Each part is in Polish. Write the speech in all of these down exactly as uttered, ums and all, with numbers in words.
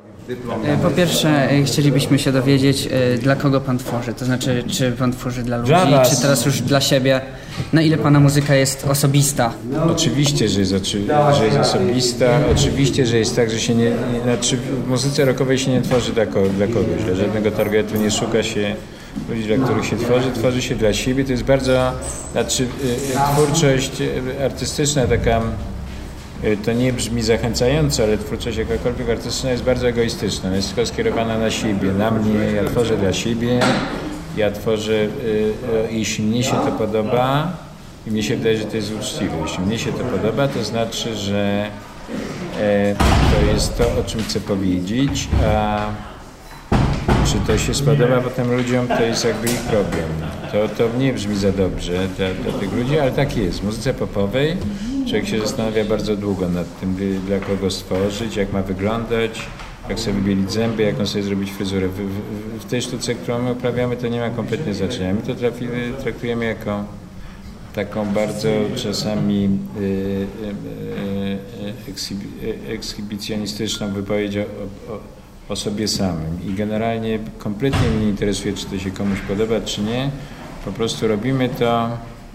Po pierwsze, chcielibyśmy się dowiedzieć, dla kogo pan tworzy, to znaczy, czy pan tworzy dla ludzi, czy teraz już dla siebie, na ile pana muzyka jest osobista? Oczywiście, że jest, że jest osobista, oczywiście, że jest tak, że się nie, nie znaczy w muzyce rockowej się nie tworzy dla, kogo, dla kogoś, dla żadnego targetu, nie szuka się ludzi, dla których się tworzy, tworzy się dla siebie, to jest bardzo, znaczy twórczość artystyczna taka, to nie brzmi zachęcająco, ale twórczość jakakolwiek artystyczna jest bardzo egoistyczna, jest tylko skierowana na siebie, na mnie, ja tworzę dla siebie, ja tworzę, jeśli mnie się to podoba i mnie się wydaje, że to jest uczciwe, jeśli mnie się to podoba, to znaczy, że to jest to, o czym chcę powiedzieć, a czy to się spodoba potem ludziom, to jest jakby ich problem. To, to nie brzmi za dobrze dla, dla tych ludzi, ale tak jest. W muzyce popowej człowiek się zastanawia bardzo długo nad tym, dla kogo stworzyć, jak ma wyglądać, jak sobie wybielić zęby, jaką sobie zrobić fryzurę. W, w, w tej sztuce, którą my uprawiamy, to nie ma kompletnie znaczenia. My to trafimy, traktujemy jako taką bardzo czasami y, y, y, ekshibi, ekshibicjonistyczną wypowiedź o, o, o sobie samym. I generalnie kompletnie mnie nie interesuje, czy to się komuś podoba, czy nie. Po prostu robimy to,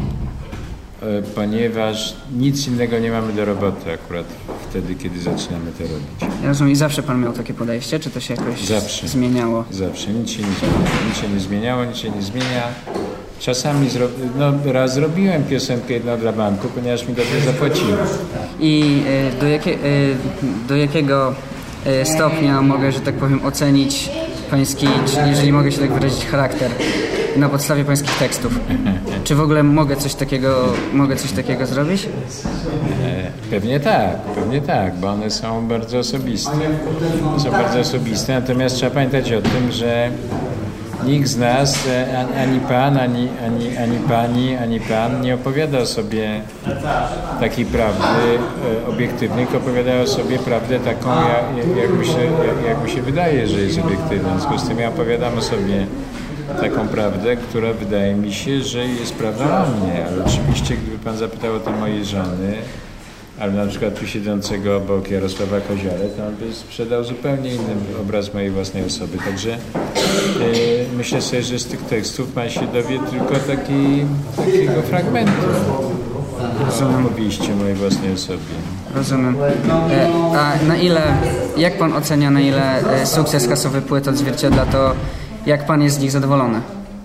ponieważ nic innego nie mamy do roboty akurat wtedy, kiedy zaczynamy to robić. Ja rozumiem, i zawsze pan miał takie podejście, czy to się jakoś zawsze. zmieniało? Zawsze, nic się nie zmieniało, nic się nie zmieniało, nic się nie zmienia. Czasami zro... no, raz zrobiłem piosenkę jedną dla banku, ponieważ mi dobrze zapłacili. I y, do, jakie, y, do jakiego y, stopnia mogę, że tak powiem, ocenić pański, czyli jeżeli mogę się tak wyrazić, charakter na podstawie pańskich tekstów? Czy w ogóle mogę coś takiego, mogę coś takiego zrobić? Pewnie tak, pewnie tak, bo one są bardzo osobiste. Są bardzo osobiste, natomiast trzeba pamiętać o tym, że nikt z nas, ani pan, ani, ani, ani pani, ani pan nie opowiada o sobie takiej prawdy obiektywnej, tylko opowiada o sobie prawdę taką, jak, jak, mi się, jak mi się wydaje, że jest obiektywna. W związku z tym ja opowiadam o sobie taką prawdę, która wydaje mi się, że jest prawdą o mnie, ale oczywiście gdyby pan zapytał o to mojej żony, ale na przykład tu siedzącego obok Jarosława Koziarę, to on by sprzedał zupełnie inny obraz mojej własnej osoby. Także yy, myślę sobie, że z tych tekstów pan się dowie tylko taki, takiego fragmentu o opowieści mojej własnej osobie. Rozumiem. E, a na ile, jak pan ocenia, na ile sukces kasowy płyt odzwierciedla to, jak pan jest z nich zadowolony?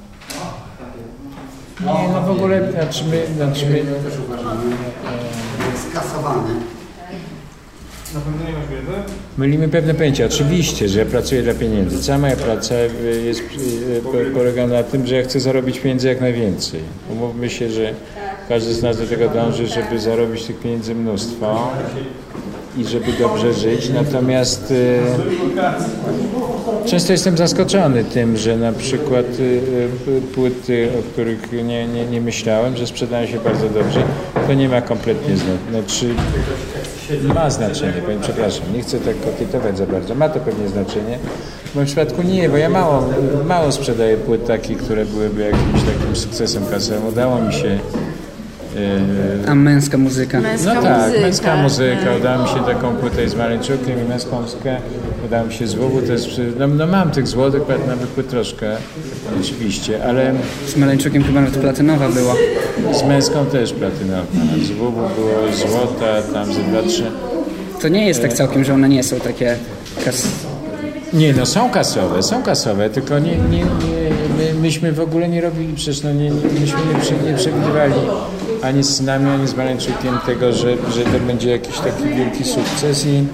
Nie, no w ogóle, znaczy my, znaczy my skasowany. Na pewno nie masz wiedzy? mylimy pewne pojęcia. Oczywiście, że ja pracuję dla pieniędzy. Cała moja praca jest, polega na tym, że ja chcę zarobić pieniędzy jak najwięcej. Umówmy się, że każdy z nas do tego dąży, żeby zarobić tych pieniędzy mnóstwo i żeby dobrze żyć. Natomiast y, często jestem zaskoczony tym, że na przykład y, płyty, o których nie, nie, nie myślałem, że sprzedają się bardzo dobrze, to nie ma kompletnie znaczenia. Znaczy, ma znaczenie, powiem, przepraszam, nie chcę tak kokietować za bardzo, ma to pewnie znaczenie. W moim przypadku nie, bo ja mało, mało sprzedaję płyt takich, które byłyby jakimś takim sukcesem kasowym. Udało mi się. Yy... A męska muzyka? Męska no tak, muzyka. męska muzyka. Udało mi się taką płytę z Maleńczukiem i męską muzykę. Udało mi się z Łubu, to jest, no, no mam tych złotych, nawet płyt troszkę, oczywiście, ale... Z Maleńczukiem chyba nawet platynowa była. Z męską też platynowa. Z Łubu było złota, tam ze dwa, trzy. To nie jest tak całkiem, że one nie są takie... Kas... Nie, no są kasowe, są kasowe, tylko nie, nie, nie, my, myśmy w ogóle nie robili, przecież no nie, nie, myśmy nie, nie przewidywali ani z nami, ani z Maleńczukiem tego, że, że to będzie jakiś taki wielki sukces i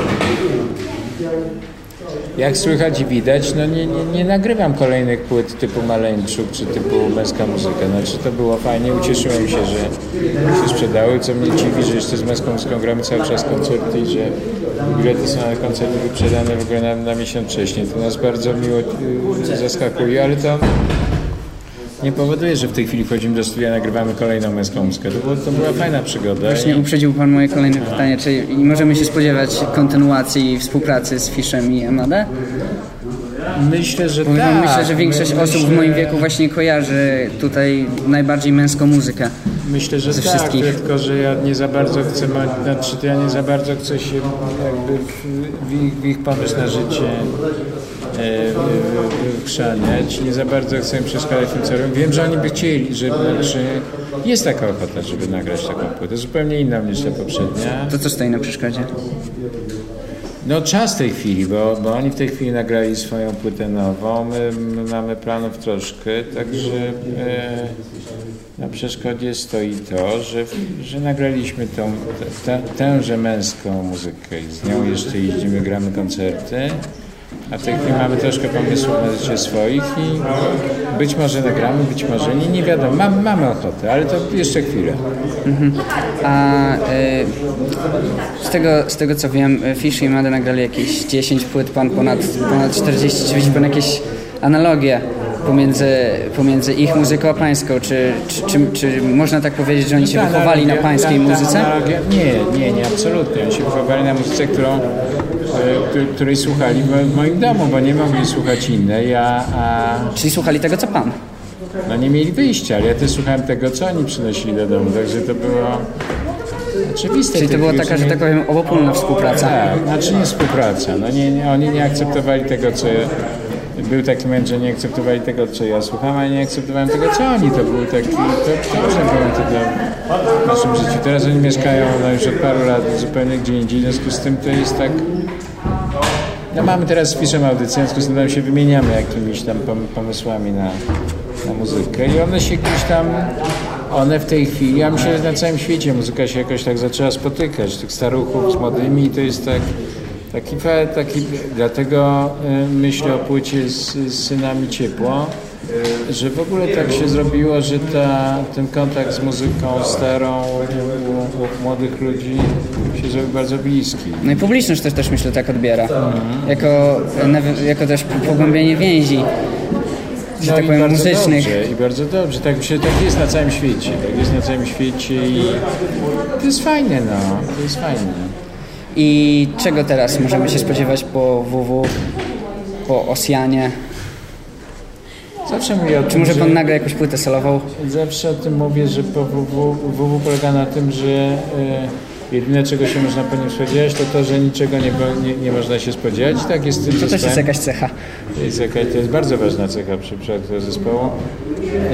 jak słychać i widać, no nie, nie, nie nagrywam kolejnych płyt typu Maleńczuk czy typu męska muzyka. Znaczy to było fajnie, ucieszyłem się, że się sprzedały, co mnie dziwi, że jeszcze z męską muzyką gramy cały czas koncerty i że bilety są na koncerty wyprzedane w ogóle na, na miesiąc wcześniej. To nas bardzo miło y, zaskakuje, ale to nie powoduje, że w tej chwili wchodzimy do studia, nagrywamy kolejną męską muzykę. To, było, to była fajna przygoda. Właśnie i... uprzedził pan moje kolejne pytanie. Czy możemy się spodziewać kontynuacji współpracy z Fiszem i Amade? Myślę, że Bo tak. myślę, że większość My, osób myślę, w moim wieku właśnie kojarzy tutaj najbardziej męską muzykę. Myślę, że ze tak, wszystkich. tylko że ja nie za bardzo chcę, znaczy to ja nie za bardzo chcę się jakby w, w, ich, w ich pomysł na życie wchrzaniać. Nie za bardzo chcę im przeszkadzać tym, co robią. Wiem, że oni by chcieli, że, że jest taka ochota, żeby nagrać taką płytę, zupełnie inną niż ta poprzednia. To co stoi na przeszkodzie? No czas tej chwili, bo, bo oni w tej chwili nagrali swoją płytę nową, my, my mamy planów troszkę, także e, na przeszkodzie stoi to, że, że nagraliśmy tą, tę, tęże męską muzykę i z nią jeszcze jeździmy, gramy koncerty, a w tej chwili mamy troszkę pomysłów na życie swoich i być może nagramy, być może nie, nie wiadomo, Mam, mamy ochotę, ale to jeszcze chwilę. Mhm. A y, z, tego, z tego co wiem, Fish i Mady nagrali jakieś dziesięć płyt, pan ponad, ponad czterdzieści, czy widzi pan jakieś analogie pomiędzy, pomiędzy ich muzyką a pańską? Czy, czy, czy, czy można tak powiedzieć, że oni się Ta wychowali na analogia- pańskiej ta- ta muzyce? analogia- Nie, nie, nie, absolutnie. Oni się wychowali na muzyce, którą, e, której- której słuchali w moim domu, bo nie mogli słuchać innej, a, a Czyli słuchali tego co pan? no nie mieli wyjścia, ale ja też słuchałem tego, co oni przynosili do domu, także to było oczywiste. Czyli to Tych była ludzi taka, że nie- tak powiem, obopólna współpraca. Tak, znaczy nie współpraca. No nie, nie, oni nie akceptowali tego, co... Był taki moment, że nie akceptowali tego, co ja słucham, a nie akceptowałem tego, co oni. To był taki... To dobrze było to w naszym życiu. Teraz oni mieszkają no, już od paru lat zupełnie gdzie indziej, w związku z tym to jest tak... No mamy teraz z Fiszem audycję, w związku z tym tam się wymieniamy jakimiś tam pom- pomysłami na, na muzykę i one się gdzieś tam... One w tej chwili, ja myślę, że na całym świecie muzyka się jakoś tak zaczęła spotykać, tych staruchów z młodymi i to jest tak... Taki, taki, dlatego y, myślę o płycie z, z Synami Ciepło, y, że w ogóle tak się zrobiło, że ta, ten kontakt z muzyką starą u, u, u młodych ludzi się zrobił bardzo bliski. No i publiczność też, też myślę tak odbiera. Mhm. Jako, jako też pogłębienie więzi. Że No tak i powiem, bardzo muzycznych. dobrze, i bardzo dobrze. Tak, myślę, tak jest na całym świecie. Tak jest na całym świecie i to jest fajne, no. To jest fajne. I czego teraz możemy się spodziewać po W W, po Ossianie? Zawsze mówię o tym, Czy może pan że... nagra jakąś płytę solową? Zawsze o tym mówię, że po W W, W W polega na tym, że e, jedyne czego się można po nim spodziewać, to to, że niczego nie, nie, nie można się spodziewać. Tak jest z tym To też jest zespołem. jakaś cecha. To jest, jakaś, to jest bardzo ważna cecha przy przypadku zespołu. E,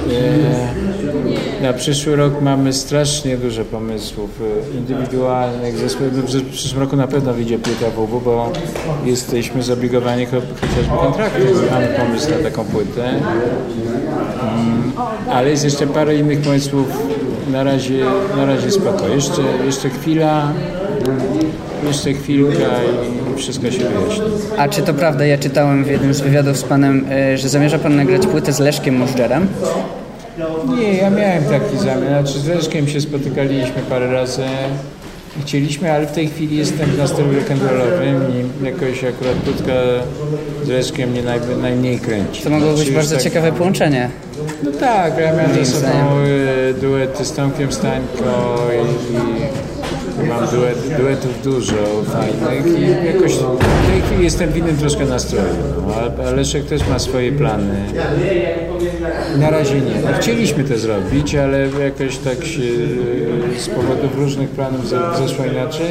e, na przyszły rok mamy strasznie dużo pomysłów e, indywidualnych. Zespołu. W przyszłym roku na pewno wyjdzie płyta W W, bo jesteśmy zobligowani cho- chociażby kontraktem. Mamy pomysł na taką płytę. Mm, ale jest jeszcze parę innych pomysłów. Na razie, na razie spoko. Jeszcze, jeszcze chwila, jeszcze chwilka i wszystko się wyjaśni. A czy to prawda, ja czytałem w jednym z wywiadów z panem, y, że zamierza pan nagrać płytę z Leszkiem Możdżerem? Nie, ja miałem taki zamiar. Znaczy z Leszkiem się spotykaliśmy parę razy i chcieliśmy, ale w tej chwili jestem w nastroju rock'n'rollowym i jakoś akurat płytka z Leszkiem mnie naj, najmniej kręci. To mogło być Znaczy, bardzo tak, ciekawe połączenie. No tak, ja miałem ze Moim sobą zdaniem. y, duety z Tomkiem Stańko i, i mam duet, duetów dużo fajnych i jakoś w tej chwili jestem w innym troszkę nastroju. No, a, a Leszek też ma swoje plany. Na razie nie. No, chcieliśmy to zrobić, ale jakoś tak się y, z powodów różnych planów ze- zeszło inaczej.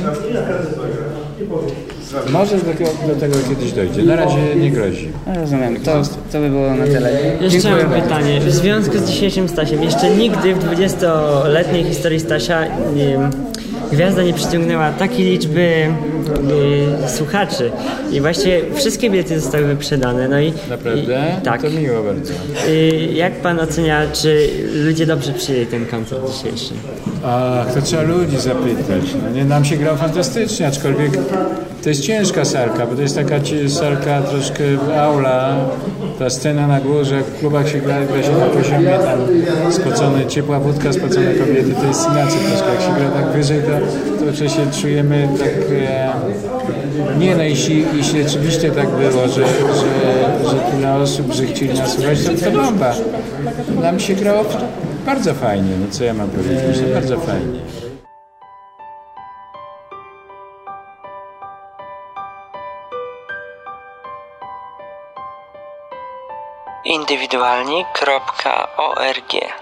Może do, tego- do tego kiedyś dojdzie. Na razie nie grozi. No, rozumiem, to, to by było na tyle. Jeszcze Dziękuję mam pytanie. W związku z dzisiejszym Stasiem, jeszcze nigdy w dwudziestoletniej historii Stasia nie, gwiazda nie przyciągnęła takiej liczby e, słuchaczy. I właśnie wszystkie bilety zostały wyprzedane. No i, Naprawdę? I, tak. To miło bardzo. I jak pan ocenia, czy ludzie dobrze przyjęli ten koncert dzisiejszy? Ach, to trzeba ludzi zapytać. No nie, nam się grało fantastycznie, aczkolwiek to jest ciężka salka, bo to jest taka ci- salka troszkę aula, ta scena na górze, w klubach się gra, gra się na poziomie tam spocone, ciepła wódka, spocone kobiety, to jest inaczej troszkę. Jak się gra tak wyżej, to, to się czujemy tak... E, nie no, jeśli, jeśli rzeczywiście tak było, że, że, że tyle osób, że chcieli nas słuchać, to, to bomba. Nam się grało bardzo fajnie, no co ja mam powiedzieć, myślę, bardzo fajnie. indywidualni kropka org.